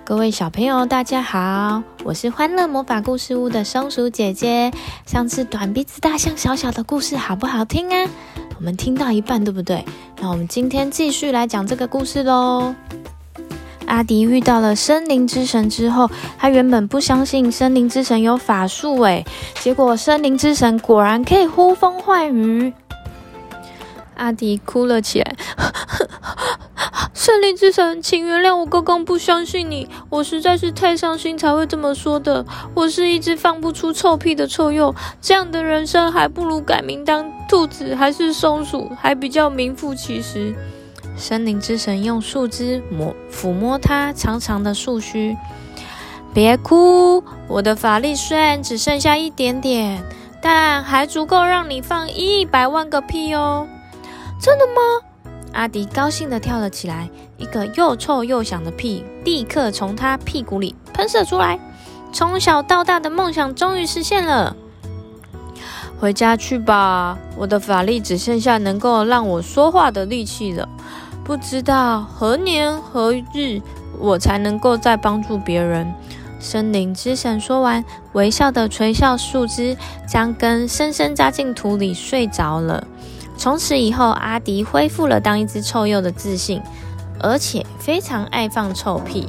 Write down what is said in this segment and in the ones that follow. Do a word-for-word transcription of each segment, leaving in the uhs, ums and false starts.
各位小朋友大家好，我是欢乐魔法故事屋的松鼠姐姐。上次短鼻子大象小小的故事好不好听啊？我们听到一半对不对？那我们今天继续来讲这个故事咯。阿迪遇到了森林之神之后，他原本不相信森林之神有法术诶，结果森林之神果然可以呼风唤雨。阿迪哭了起来，森林之神，请原谅我刚刚不相信你，我实在是太伤心才会这么说的。我是一只放不出臭屁的臭鼬，这样的人生还不如改名当兔子还是松鼠，还比较名副其实。森林之神用树枝摸抚摸他长长的树须，别哭，我的法力虽然只剩下一点点，但还足够让你放一百万个屁哦。真的吗？阿迪高兴地跳了起来，一个又臭又响的屁立刻从他屁股里喷射出来。从小到大的梦想终于实现了。回家去吧，我的法力只剩下能够让我说话的力气了。不知道何年何日我才能够再帮助别人。森林之神说完，微笑地垂下树枝，将根深深扎进土里，睡着了。从此以后，阿迪恢复了当一只臭鼬的自信，而且非常爱放臭屁。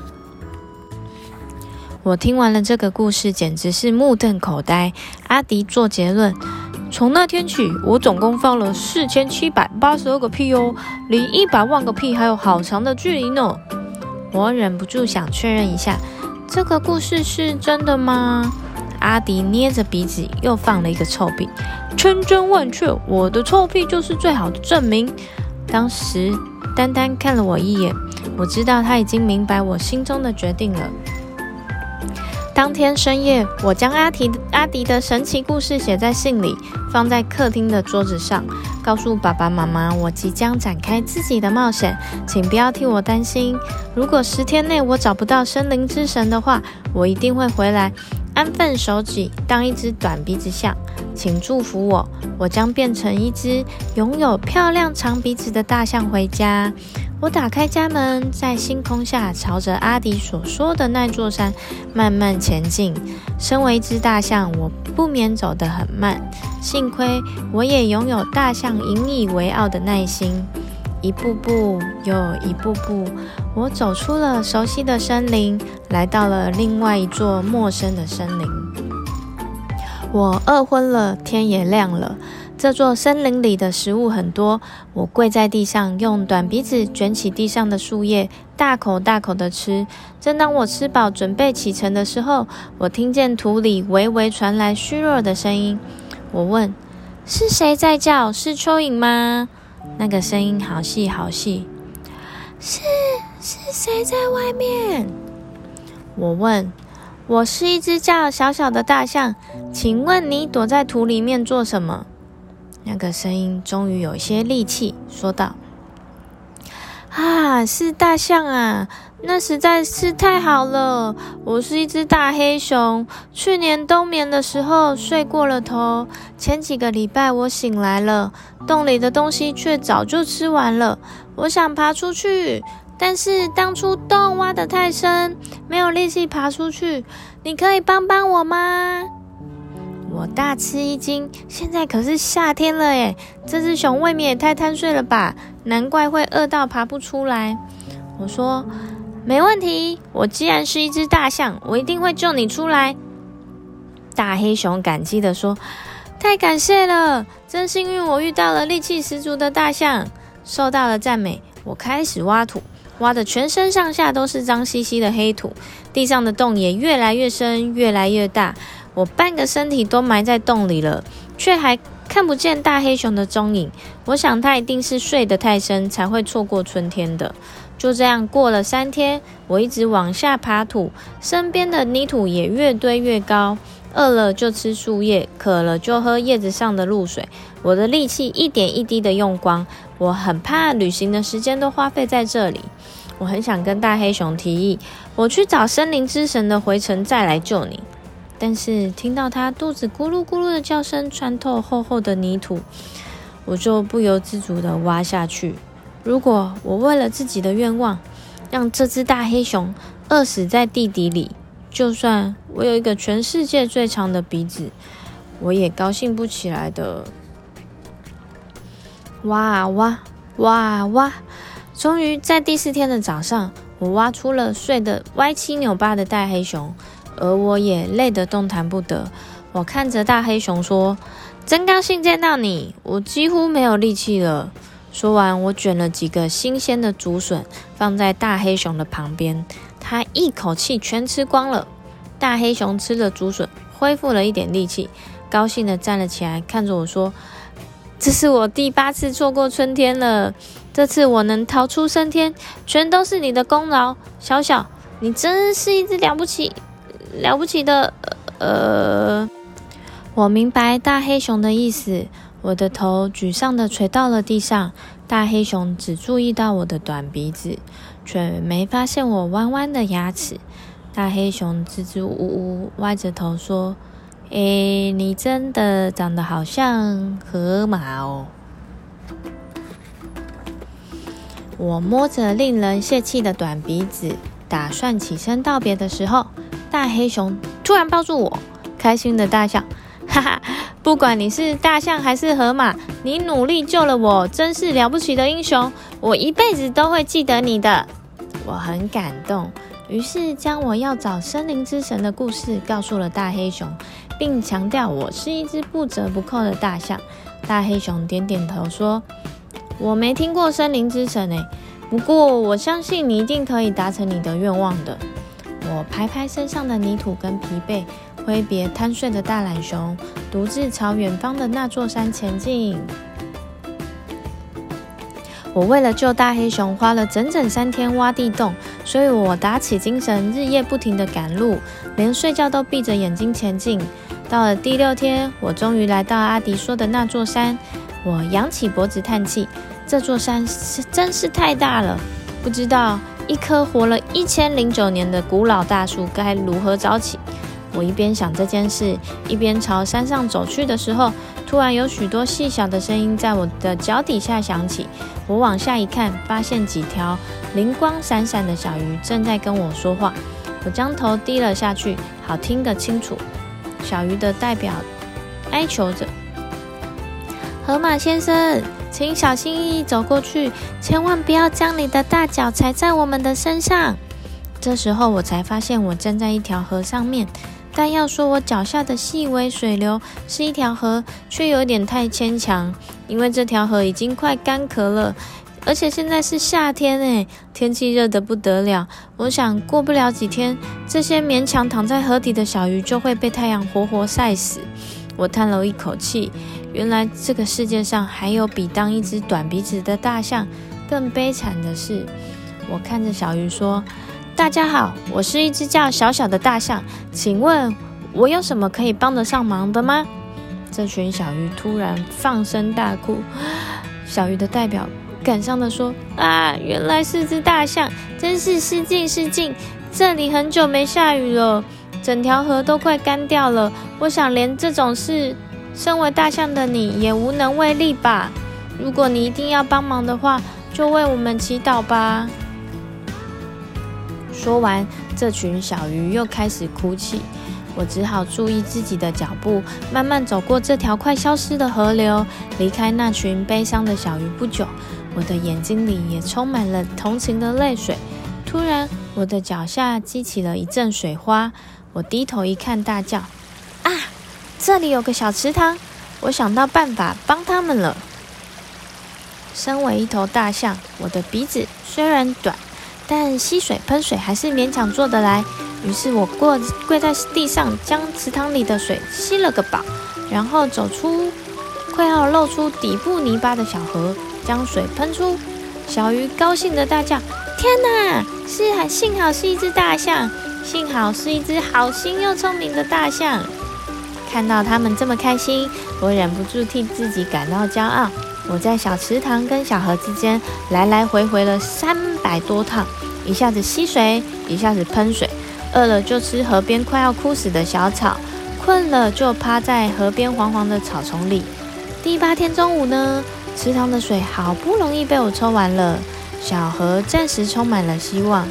我听完了这个故事，简直是目瞪口呆。阿迪做结论，从那天起，我总共放了四千七百八十二个屁哦，离一百万个屁还有好长的距离呢。我忍不住想确认一下，这个故事是真的吗？阿迪捏着鼻子又放了一个臭屁，千真万确，我的臭屁就是最好的证明。当时丹丹看了我一眼，我知道他已经明白我心中的决定了。当天深夜，我将阿迪阿迪的神奇故事写在信里，放在客厅的桌子上，告诉爸爸妈妈我即将展开自己的冒险，请不要替我担心。如果十天内我找不到森林之神的话，我一定会回来安分守己，当一只短鼻子象。请祝福我，我将变成一只拥有漂亮长鼻子的大象回家。我打开家门，在星空下朝着阿迪所说的那座山慢慢前进。身为一只大象，我不免走得很慢，幸亏我也拥有大象引以为傲的耐心。一步步又一步步，我走出了熟悉的森林，来到了另外一座陌生的森林。我饿昏了，天也亮了。这座森林里的食物很多，我跪在地上，用短鼻子卷起地上的树叶，大口大口地吃。正当我吃饱准备启程的时候，我听见土里微微传来虚弱的声音。我问：是谁在叫？是蚯蚓吗？那个声音好细好细。是是谁在外面？我问。我是一只叫小小的大象，请问你躲在土里面做什么？那个声音终于有些力气，说道：啊，是大象啊，那实在是太好了。我是一只大黑熊，去年冬眠的时候睡过了头，前几个礼拜我醒来了，洞里的东西却早就吃完了。我想爬出去，但是当初洞挖得太深，没有力气爬出去。你可以帮帮我吗？我大吃一惊，现在可是夏天了耶，这只熊未免也太贪睡了吧，难怪会饿到爬不出来。我说，没问题，我既然是一只大象，我一定会救你出来。大黑熊感激地说，太感谢了，真幸运我遇到了力气十足的大象。受到了赞美，我开始挖土，挖得全身上下都是脏兮兮的黑土，地上的洞也越来越深，越来越大。我半个身体都埋在洞里了，却还看不见大黑熊的踪影。我想它一定是睡得太深，才会错过春天的。就这样过了三天，我一直往下爬土，身边的泥土也越堆越高。饿了就吃树叶，渴了就喝叶子上的露水。我的力气一点一滴的用光，我很怕旅行的时间都花费在这里。我很想跟大黑熊提议，我去找森林之神的回程再来救你。但是听到他肚子咕噜咕噜的叫声穿透厚厚的泥土，我就不由自主的挖下去。如果我为了自己的愿望，让这只大黑熊饿死在地底里。就算我有一个全世界最长的鼻子，我也高兴不起来的。哇哇哇哇！终于在第四天的早上，我挖出了睡得歪七扭八的大黑熊，而我也累得动弹不得。我看着大黑熊说：“真高兴见到你，我几乎没有力气了。”说完，我卷了几个新鲜的竹笋放在大黑熊的旁边，它一口气全吃光了。大黑熊吃了竹笋，恢复了一点力气，高兴地站了起来，看着我说：“这是我第八次错过春天了，这次我能逃出升天，全都是你的功劳。小小，你真是一只了不起、了不起的……呃……”我明白大黑熊的意思，我的头沮丧地垂到了地上。大黑熊只注意到我的短鼻子，却没发现我弯弯的牙齿。大黑熊支支吾吾，歪着头说：“诶，你真的长得好像河马哦。”我摸着令人泄气的短鼻子，打算起身道别的时候，大黑熊突然抱住我，开心的大笑。哈哈，不管你是大象还是河马，你努力救了我，真是了不起的英雄，我一辈子都会记得你的。我很感动，于是将我要找森林之神的故事告诉了大黑熊，并强调我是一只不折不扣的大象。大黑熊点点头说：“我没听过森林之神诶，不过我相信你一定可以达成你的愿望的。”我拍拍身上的泥土跟疲惫，挥别贪睡的大懒熊，独自朝远方的那座山前进。我为了救大黑熊，花了整整三天挖地洞，所以我打起精神，日夜不停地赶路，连睡觉都闭着眼睛前进。到了第六天，我终于来到阿迪说的那座山。我仰起脖子叹气，这座山是真是太大了，不知道一棵活了一千零九年的古老大树该如何找起。我一边想这件事，一边朝山上走去的时候，突然有许多细小的声音在我的脚底下响起。我往下一看，发现几条灵光闪闪的小鱼正在跟我说话。我将头低了下去，好听得清楚。小鱼的代表哀求着：“河马先生，请小心翼翼走过去，千万不要将你的大脚踩在我们的身上。”这时候我才发现我站在一条河上面，但要说我脚下的细微水流是一条河，却有点太牵强，因为这条河已经快干涸了，而且现在是夏天诶，天气热得不得了。我想过不了几天，这些勉强躺在河底的小鱼就会被太阳活活晒死。我叹了一口气，原来这个世界上还有比当一只短鼻子的大象更悲惨的事。我看着小鱼说：“大家好，我是一只叫小小的大象，请问我有什么可以帮得上忙的吗？”这群小鱼突然放声大哭。小鱼的代表感伤地说：“啊，原来是只大象，真是失敬失敬，这里很久没下雨了，整条河都快干掉了，我想连这种事，身为大象的你也无能为力吧？如果你一定要帮忙的话，就为我们祈祷吧。”说完，这群小鱼又开始哭泣。我只好注意自己的脚步，慢慢走过这条快消失的河流，离开那群悲伤的小鱼不久，我的眼睛里也充满了同情的泪水。突然，我的脚下激起了一阵水花，我低头一看，大叫：“啊，这里有个小池塘！我想到办法帮他们了。”身为一头大象，我的鼻子虽然短，但吸水喷水还是勉强做得来。于是我跪跪在地上，将池塘里的水吸了个饱，然后走出快要露出底部泥巴的小河，将水喷出。小鱼高兴地大叫：“天哪！是幸好是一只大象，幸好是一只好心又聪明的大象。”看到他们这么开心，我忍不住替自己感到骄傲。我在小池塘跟小河之间来来回回了三百多趟，一下子吸水，一下子喷水。饿了就吃河边快要枯死的小草，困了就趴在河边黄黄的草丛里。第八天中午呢，池塘的水好不容易被我抽完了，小河暂时充满了希望。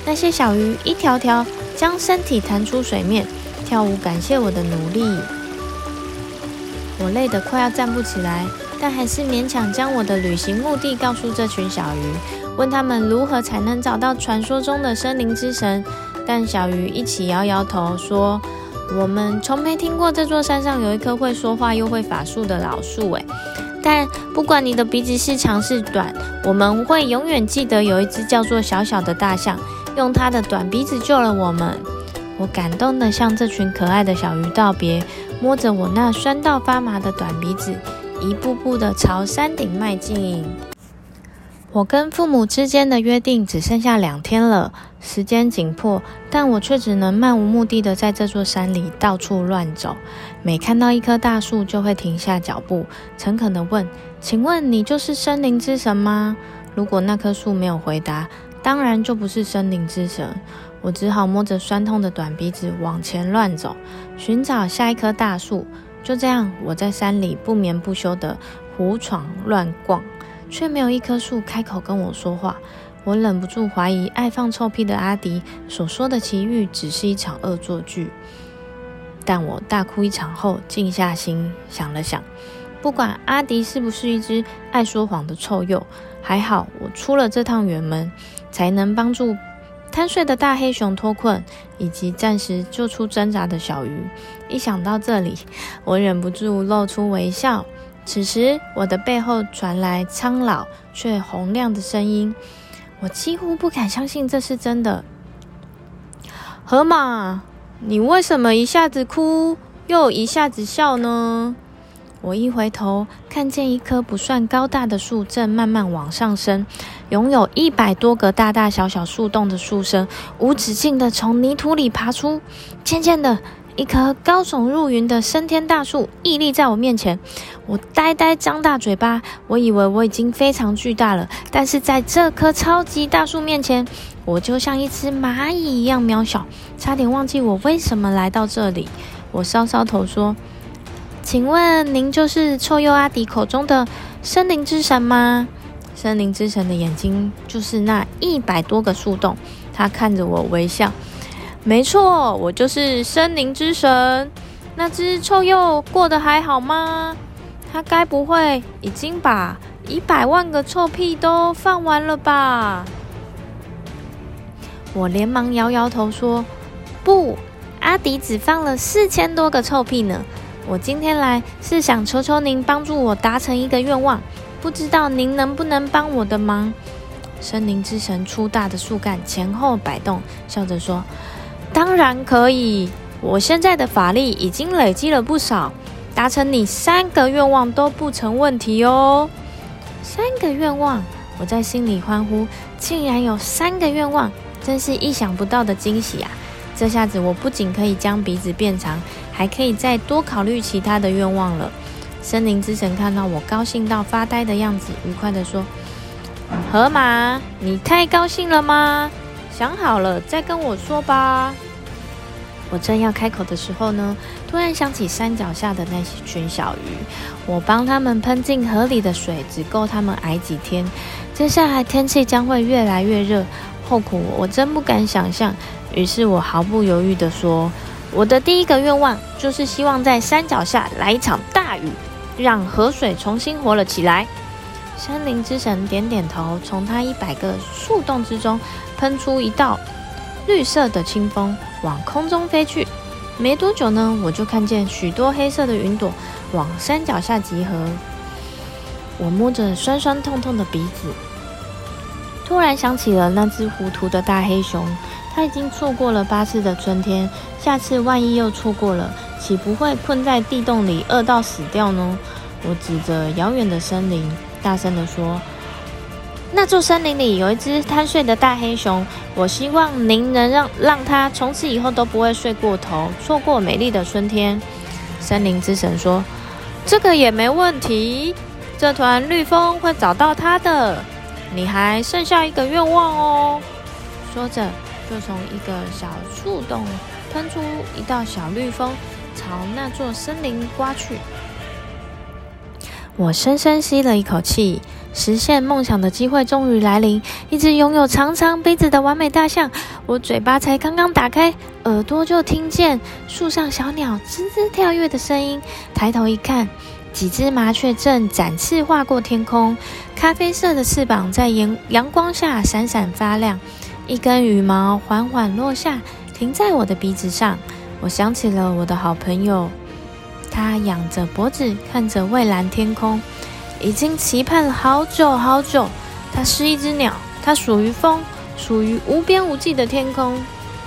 那些小鱼一条条将身体弹出水面，跳舞感谢我的努力。我累得快要站不起来，但还是勉强将我的旅行目的告诉这群小鱼，问他们如何才能找到传说中的森林之神。但小鱼一起摇摇头说，我们从没听过这座山上有一棵会说话又会法术的老树诶。但不管你的鼻子是长是短，我们会永远记得有一只叫做小小的大象，用它的短鼻子救了我们。我感动地向这群可爱的小鱼道别，摸着我那酸到发麻的短鼻子，一步步地朝山顶迈进。我跟父母之间的约定只剩下两天了，时间紧迫，但我却只能漫无目的的在这座山里到处乱走。每看到一棵大树，就会停下脚步，诚恳地问：请问你就是森林之神吗？如果那棵树没有回答，当然就不是森林之神。我只好摸着酸痛的短鼻子往前乱走，寻找下一棵大树。就这样，我在山里不眠不休地胡闯乱逛，却没有一棵树开口跟我说话。我忍不住怀疑爱放臭屁的阿迪所说的奇遇只是一场恶作剧。但我大哭一场后，静下心想了想，不管阿迪是不是一只爱说谎的臭鼬，还好我出了这趟远门，才能帮助贪睡的大黑熊脱困，以及暂时救出挣扎的小鱼。一想到这里，我忍不住露出微笑。此时，我的背后传来苍老却洪亮的声音，我几乎不敢相信这是真的。河马，你为什么一下子哭，又一下子笑呢？我一回头，看见一棵不算高大的树正慢慢往上升，拥有一百多个大大小小树洞的树身，无止境地从泥土里爬出。渐渐的，一棵高耸入云的升天大树屹立在我面前。我呆呆张大嘴巴，我以为我已经非常巨大了，但是在这棵超级大树面前，我就像一只蚂蚁一样渺小，差点忘记我为什么来到这里。我搔搔头说，请问您就是臭鼬阿迪口中的森林之神吗？森林之神的眼睛就是那一百多个树洞，他看着我微笑。没错，我就是森林之神。那只臭鼬过得还好吗？他该不会已经把一百万个臭屁都放完了吧？我连忙摇摇头说，不，阿迪只放了四千多个臭屁呢。我今天来是想求求您帮助我达成一个愿望，不知道您能不能帮我的忙？森林之神粗大的树干前后摆动，笑着说，当然可以，我现在的法力已经累积了不少，达成你三个愿望都不成问题哦。三个愿望，我在心里欢呼，竟然有三个愿望，真是意想不到的惊喜啊！这下子我不仅可以将鼻子变长，还可以再多考虑其他的愿望了。森林之神看到我高兴到发呆的样子，愉快地说，河马，你太高兴了吗？想好了再跟我说吧。我正要开口的时候呢，突然想起山脚下的那群小鱼，我帮他们喷进河里的水只够他们挨几天，接下来天气将会越来越热，后果我真不敢想象。于是我毫不犹豫地说，我的第一个愿望就是希望在山脚下来一场大雨，让河水重新活了起来。森林之神点点头，从他一百个树洞之中喷出一道绿色的清风，往空中飞去。没多久呢，我就看见许多黑色的云朵往山脚下集合。我摸着酸酸痛痛的鼻子，突然想起了那只糊涂的大黑熊，它已经错过了八次的春天，下次万一又错过了，岂不会困在地洞里饿到死掉呢？我指着遥远的森林，大声地说，那座森林里有一只贪睡的大黑熊，我希望您能让让它从此以后都不会睡过头，错过美丽的春天。森林之神说，这个也没问题，这团绿风会找到它的，你还剩下一个愿望哦。说着就从一个小树洞喷出一道小绿风，朝那座森林刮去。我深深吸了一口气， 实现梦想的机会终于来临，一只拥有长长鼻子的完美大象。我嘴巴才刚刚打开，耳朵就听见树上小鸟吱吱跳跃的声音。抬头一看，几只麻雀正展翅划过天空，咖啡色的翅膀在阳阳光下闪闪发亮。一根羽毛缓缓落下，停在我的鼻子上。我想起了我的好朋友，他仰着脖子看着蔚蓝天空，已经期盼了好久好久。它是一只鸟，它属于风，属于无边无际的天空。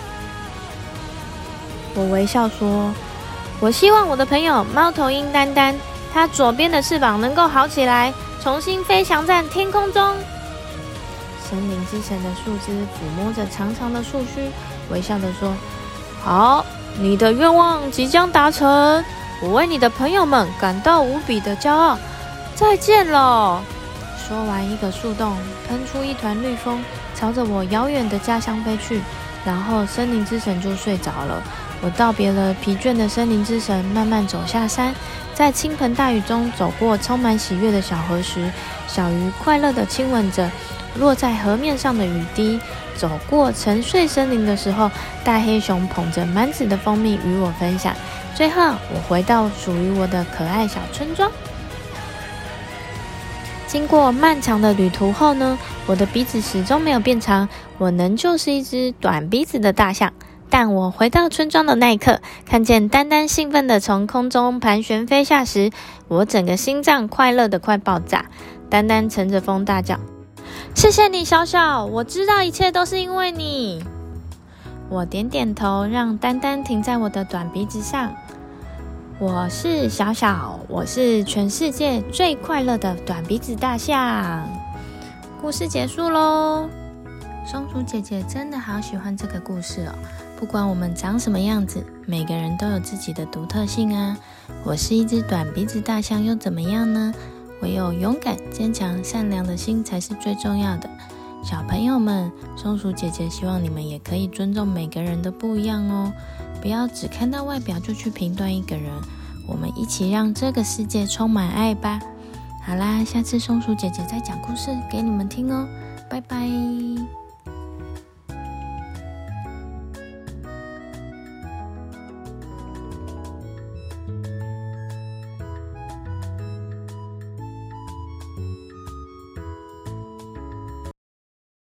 我微笑说，我希望我的朋友猫头鹰丹丹，它左边的翅膀能够好起来，重新飞翔在天空中。森林之神的树枝抚摸着长长的树须，微笑地说，好，你的愿望即将达成，我为你的朋友们感到无比的骄傲。再见了。说完，一个树洞喷出一团绿风，朝着我遥远的家乡飞去。然后森林之神就睡着了。我道别了疲倦的森林之神，慢慢走下山，在倾盆大雨中走过充满喜悦的小河时，小鱼快乐地亲吻着落在河面上的雨滴。走过沉睡森林的时候，大黑熊捧着满纸的蜂蜜与我分享。最后，我回到属于我的可爱小村庄。经过漫长的旅途后呢，我的鼻子始终没有变长，我仍旧是一只短鼻子的大象。但我回到村庄的那一刻，看见丹丹兴奋地从空中盘旋飞下时，我整个心脏快乐得快爆炸。丹丹乘着风大叫，谢谢你，小小，我知道一切都是因为你。我点点头，让丹丹停在我的短鼻子上。我是小小，我是全世界最快乐的短鼻子大象。故事结束咯。松鼠姐姐真的好喜欢这个故事哦。不管我们长什么样子，每个人都有自己的独特性啊。我是一只短鼻子大象又怎么样呢？唯有勇敢、坚强、善良的心才是最重要的。小朋友们，松鼠姐姐希望你们也可以尊重每个人的不一样哦，不要只看到外表就去评断一个人。我们一起让这个世界充满爱吧。好啦，下次松鼠姐姐再讲故事给你们听哦，拜拜。